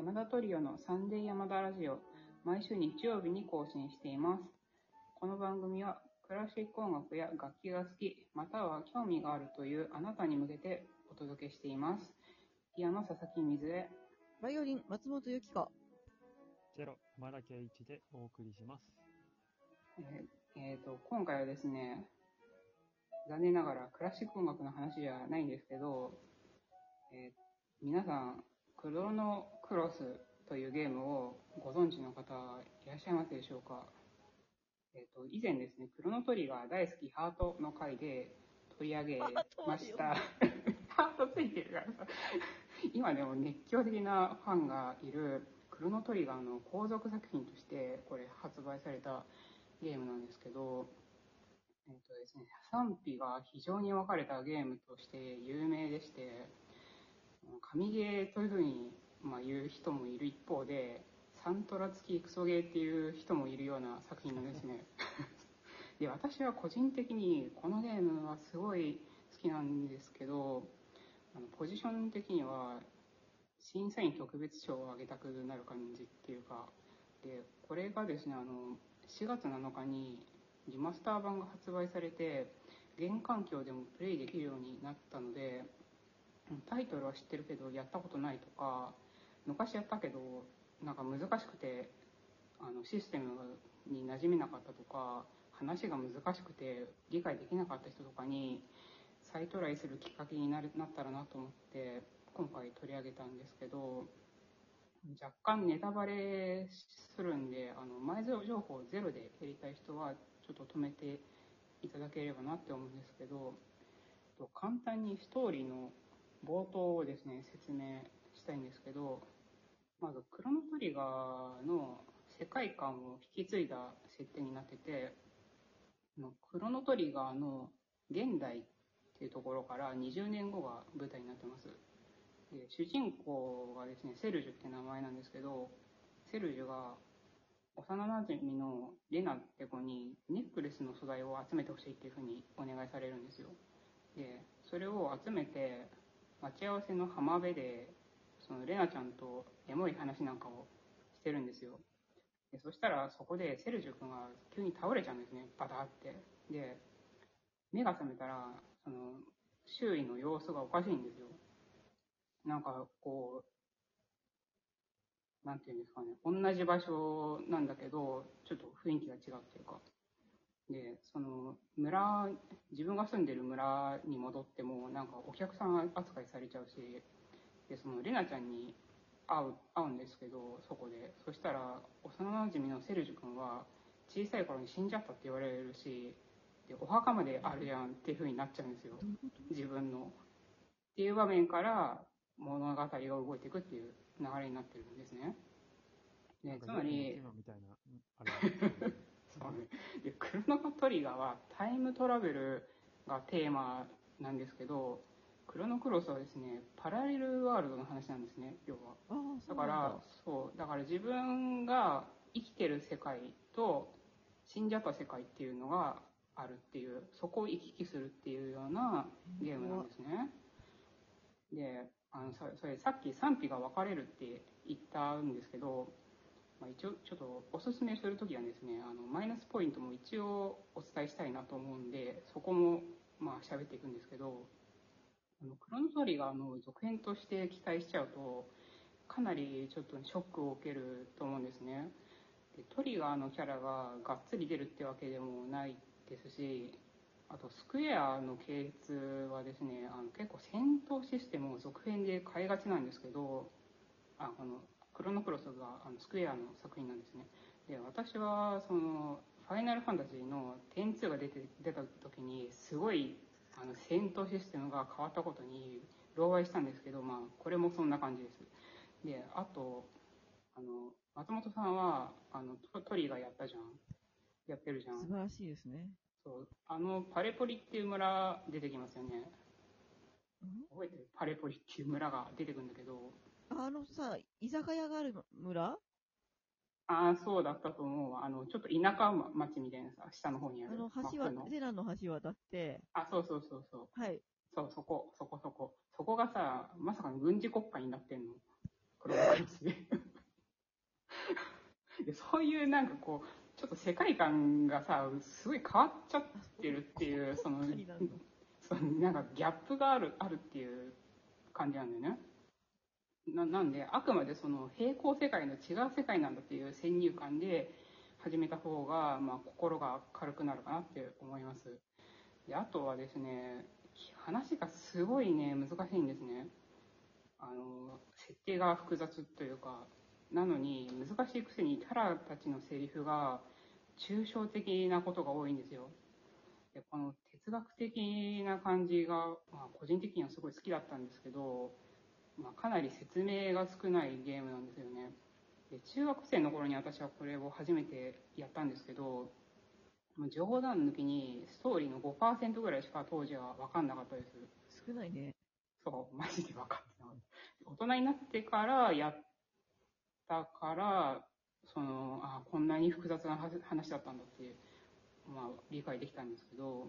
山田トリオのサンデー山田ラジオ、毎週日曜日に更新しています。この番組はクラシック音楽や楽器が好き、または興味があるというあなたに向けてお届けしています。ピアノ佐々木水江、 バイオリン松本由紀子、 チェロ山田圭一でお送りします。 今回はですね、残念ながらクラシック音楽の話じゃないんですけど、皆さんクロノクロスというゲームをご存知の方いらっしゃいますでしょうか。以前ですね、クロノトリガー大好きハートの回で取り上げました。ハートついてるからさ。今でも熱狂的なファンがいるクロノトリガーの後続作品としてこれ発売されたゲームなんですけど、ですね、賛否が非常に分かれたゲームとして有名でして、神ゲーというふうに、言う人もいる一方で、サントラ付きクソゲーっていう人もいるような作品なんですね。で、私は個人的にこのゲームはすごい好きなんですけど、ポジション的には審査員特別賞をあげたくなる感じっていうか、で、これがですね、4月7日にリマスター版が発売されて、ゲーム環境でもプレイできるようになったので、タイトルは知ってるけどやったことないとか、昔やったけどなんか難しくてシステムに馴染めなかったとか、話が難しくて理解できなかった人とかに再トライするきっかけになったらなと思って今回取り上げたんですけど、若干ネタバレするんで前情報ゼロでやりたい人はちょっと止めていただければなって思うんですけど、簡単にストーリーの冒頭をですね説明したいんですけど、まずクロノトリガーの世界観を引き継いだ設定になってて、クロノトリガーの現代っていうところから20年後が舞台になってます。で、主人公がですねセルジュって名前なんですけど、セルジュが幼なじみのレナって子にネックレスの素材を集めてほしいっていうふうにお願いされるんですよ。で、それを集めて待ち合わせの浜辺でそのレナちゃんとエモい話なんかをしてるんですよ。で、そしたらそこでセルジュ君が急に倒れちゃうんですね、バタって。で、目が覚めたらその周囲の様子がおかしいんですよ。なんかこう、なんていうんですかね、同じ場所なんだけどちょっと雰囲気が違うっていうか。で、その自分が住んでる村に戻ってもなんかお客さん扱いされちゃうし、で、そのレナちゃんに会うんですけど、そこで。そしたら、幼なじみのセルジュ君は小さい頃に死んじゃったって言われるし、で、お墓まであるやんっていう風になっちゃうんですよ。自分の。っていう場面から物語が動いていくっていう流れになってるんですね。で、つまり、 みたいな、あれそうね。で、クロノトリガーはタイムトラベルがテーマなんですけど、クロノクロスはですね、パラレルワールドの話なんですね、要は。だから、だから自分が生きてる世界と死んじゃった世界っていうのがあるっていう、そこを行き来するっていうようなゲームなんですね。で、それさっき賛否が分かれるって言ったんですけど、一応ちょっとおすすめするときはですね、マイナスポイントも一応お伝えしたいなと思うんで、そこも喋っていくんですけど、クロノトリガーの続編として期待しちゃうと、かなりちょっとショックを受けると思うんですね。で、トリガーのキャラががっつり出るってわけでもないですし、あとスクエアの系列はですね、結構戦闘システムを続編で変えがちなんですけど、このクロノクロスがスクエアの作品なんですね。で、私はそのファイナルファンタジーの10-2が出た時にすごい戦闘システムが変わったことに狼狽したんですけど、これもそんな感じです。で、あと松本さんはトリガーやったじゃん。やってるじゃん。 素晴らしいですね。 そう、パレポリっていう村出てきますよね。覚えてる？パレポリっていう村が出てくるんだけど。 さ、居酒屋がある村？ そうだったと思う。ちょっと田舎町みたいなさ、下の方にある。 橋は、ゼラの橋渡って、 そうそうそうそう。 はい。 そう、そこ。そこがさ、まさかの軍事国家になってんの。クロノクロスで。 こう、ちょっと世界観がさ、すごい変わっちゃってるっていう、なんかギャップがあるっていう感じなんだよね。なんで、あくまでその平行世界の違う世界なんだっていう先入観で始めた方が、まあ、心が軽くなるかなって思います。で、あとはですね、話がすごいね、難しいんですね。設定が複雑というか、なのに難しいくせにキャラたちのセリフが抽象的なことが多いんですよ。で、この哲学的な感じが、まあ、個人的にはすごい好きだったんですけど、まあ、かなり説明が少ないゲームなんですよね。で、中学生の頃に私はこれを初めてやったんですけど、冗談抜きにストーリーの 5% ぐらいしか当時は分かんなかったです。 少ないね。 そう、マジで分かってなかった。大人になってからやったから、こんなに複雑な話だったんだって、まあ、理解できたんですけど、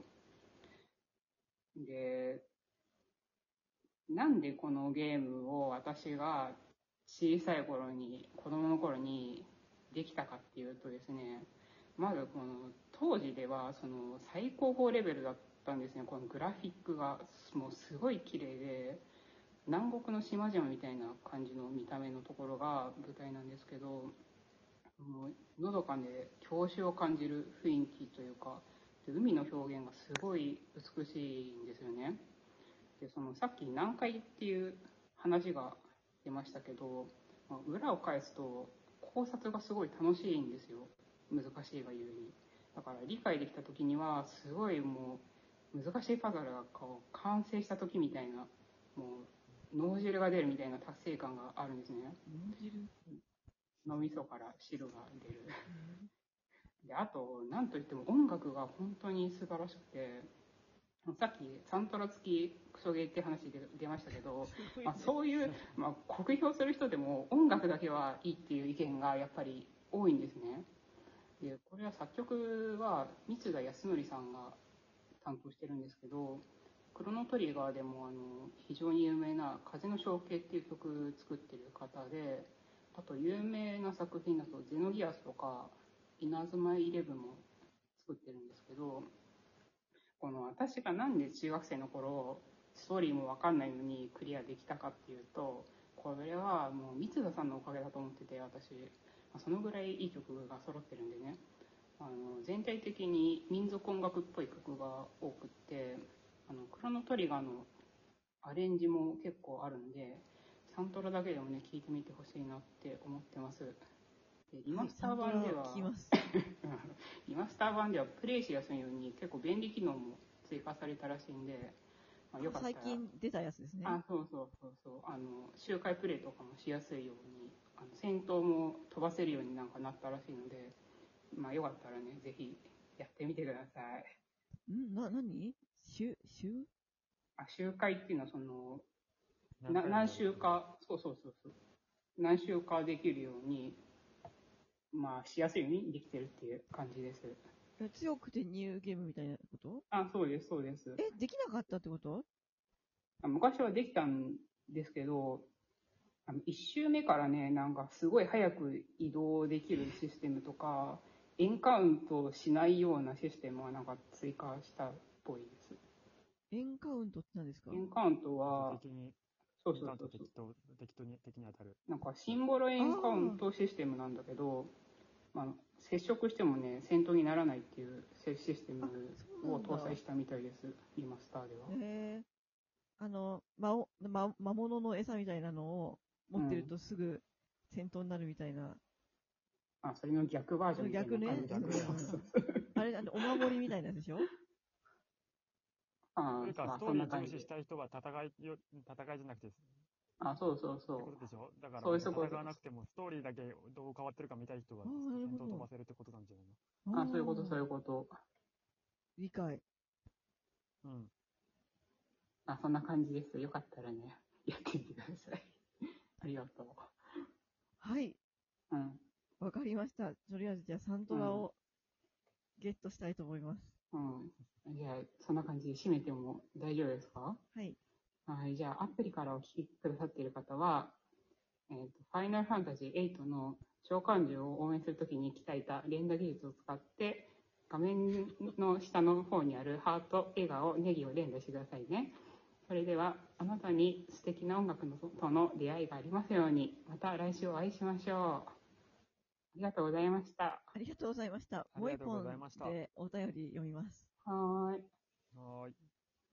で、なんでこのゲームを私が小さい頃に、子供の頃にできたかっていうとですね、まずこの当時ではその最高峰レベルだったんですね。このグラフィックがもうすごい綺麗で、南国の島々みたいな感じの見た目のところが舞台なんですけど、もうのどかで郷愁を感じる雰囲気というか、海の表現がすごい美しいんですよね。で、さっき南海っていう話が出ましたけど、裏を返すと考察がすごい楽しいんですよ。難しいがゆえに。だから理解できた時にはすごいもう難しいパズルがこう完成した時みたいな、もう脳汁が出るみたいな達成感があるんですね。 脳汁脳みそから汁が出る。で、あと、なんといっても音楽が本当に素晴らしくて、さっきサントラ付きクソゲーって話で出ましたけど、まあ、そういう、まあ、酷評する人でも音楽だけはいいっていう意見がやっぱり多いんですね。で、これは作曲は三田康則さんが担当してるんですけど、クロノトリガーでも非常に有名な風の象形っていう曲作ってる方で、あと有名な作品だとゼノギアスとか稲妻イレブンも作ってるんですけど、この私がなんで中学生の頃ストーリーも分かんないのにクリアできたかっていうと、これはもう三田さんのおかげだと思ってて、私そのぐらいいい曲が揃ってるんでね、全体的に民族音楽っぽい曲が多くって、クロノトリガーのアレンジも結構あるんで、サントラだけでもね聴いてみてほしいなって思ってます。でリマスター版では、 はい、 リマスター版ではプレイしやすいように結構便利機能も追加されたらしいんで、まあ、よかったら。 最近出たやつですね。 そうそう。周回プレイとかもしやすいように、戦闘も飛ばせるようになんかなったらしいので、まあよかったらね、ぜひやってみてください。 何周回っていうのは何周か、何周かできるように、まあしやすいようにできてるっていう感じです。 強くてニューゲームみたいなこと？ そうです。 できなかったってこと？ 昔はできたんですけど、1周目からね、なんかすごい早く移動できるシステムとか、エンカウントしないようなシステムはなんか追加したっぽいです。 エンカウントって何ですか？ エンカウントは、 そう。敵に当たる。 なんかシンボルエンカウントシステムなんだけど、まあ、接触してもね、戦闘にならないっていうシステムを搭載したみたいです、リマスターでは。 魔物の餌みたいなのを持ってるとすぐ戦闘になるみたいな。 それの逆バージョンみたいな感じだね。 あれ、お守りみたいなやつでしょ？ それか、ストーリー重視したい人は戦いじゃなくて、 そう。 ってことでしょ？だから、戦わなくても、ストーリーだけどう変わってるか見たい人は、戦闘飛ばせるってことなんじゃないの？ そういうこと。 理解。 うん。そんな感じです。よかったらね、やってみてください。ありがとう。 はい。 うん。 わかりました。とりあえず、じゃあ、サントラをゲットしたいと思います。 じゃあ、そんな感じで締めても大丈夫ですか？ はい。 じゃあ、アプリからお聞きくださっている方は、 ファイナルファンタジー8の召喚獣を応援するときに鍛えた連打技術を使って、画面の下の方にあるハート、笑顔、ネギを連打してくださいね。それでは、あなたに素敵な音楽との出会いがありますように、また来週お会いしましょう。ありがとうございました。 ありがとうございました。もう一本でお便り読みます。 はーい。 はい。